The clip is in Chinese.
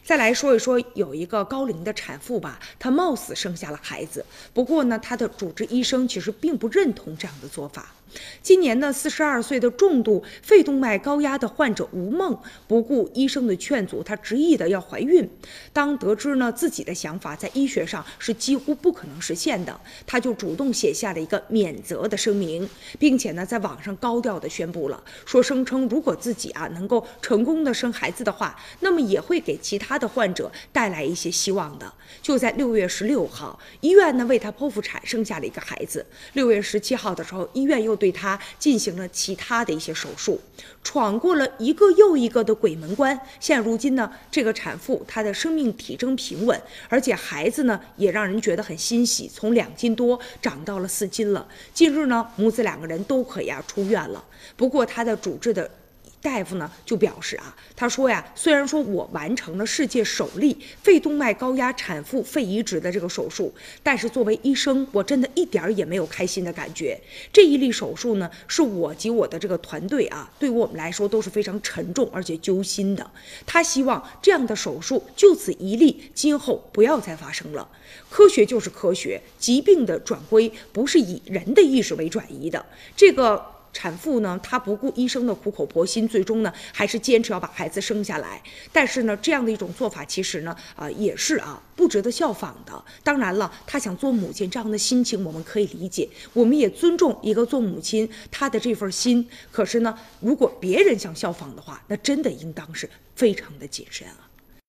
再来说一说，有一个高龄的产妇吧，她貌似生下了孩子，不过呢，她的主治医生其实并不认同这样的做法。今年呢，42岁的重度肺动脉高压的患者吴梦，不顾医生的劝阻，她执意的要怀孕。当得知呢自己的想法在医学上是几乎不可能实现的，她就主动写下了一个免责的声明，并且呢在网上高调的宣布了，说声称如果自己能够成功的生孩子的话，那么也会给其他的患者带来一些希望的。就在6月16号，医院呢为她剖腹产生下了一个孩子。6月17号的时候，医院又对她进行了其他的一些手术，闯过了一个又一个的鬼门关。现如今呢，这个产妇她的生命体征平稳，而且孩子呢也让人觉得很欣喜，从2斤多长到了4斤了。近日呢，母子2个人都可以出院了。不过她的主治的大夫呢就表示他说虽然说我完成了世界首例肺动脉高压产妇肺移植的这个手术，但是作为医生，我真的一点也没有开心的感觉。这一例手术呢，是我及我的这个团队对我们来说都是非常沉重而且揪心的。他希望这样的手术就此一例，今后不要再发生了。科学就是科学，疾病的转归不是以人的意识为转移的。这个产妇呢，她不顾医生的苦口婆心，最终呢还是坚持要把孩子生下来。但是呢，这样的一种做法其实呢，也是不值得效仿的。当然了，她想做母亲这样的心情我们可以理解，我们也尊重一个做母亲她的这份心。可是呢，如果别人想效仿的话，那真的应当是非常的谨慎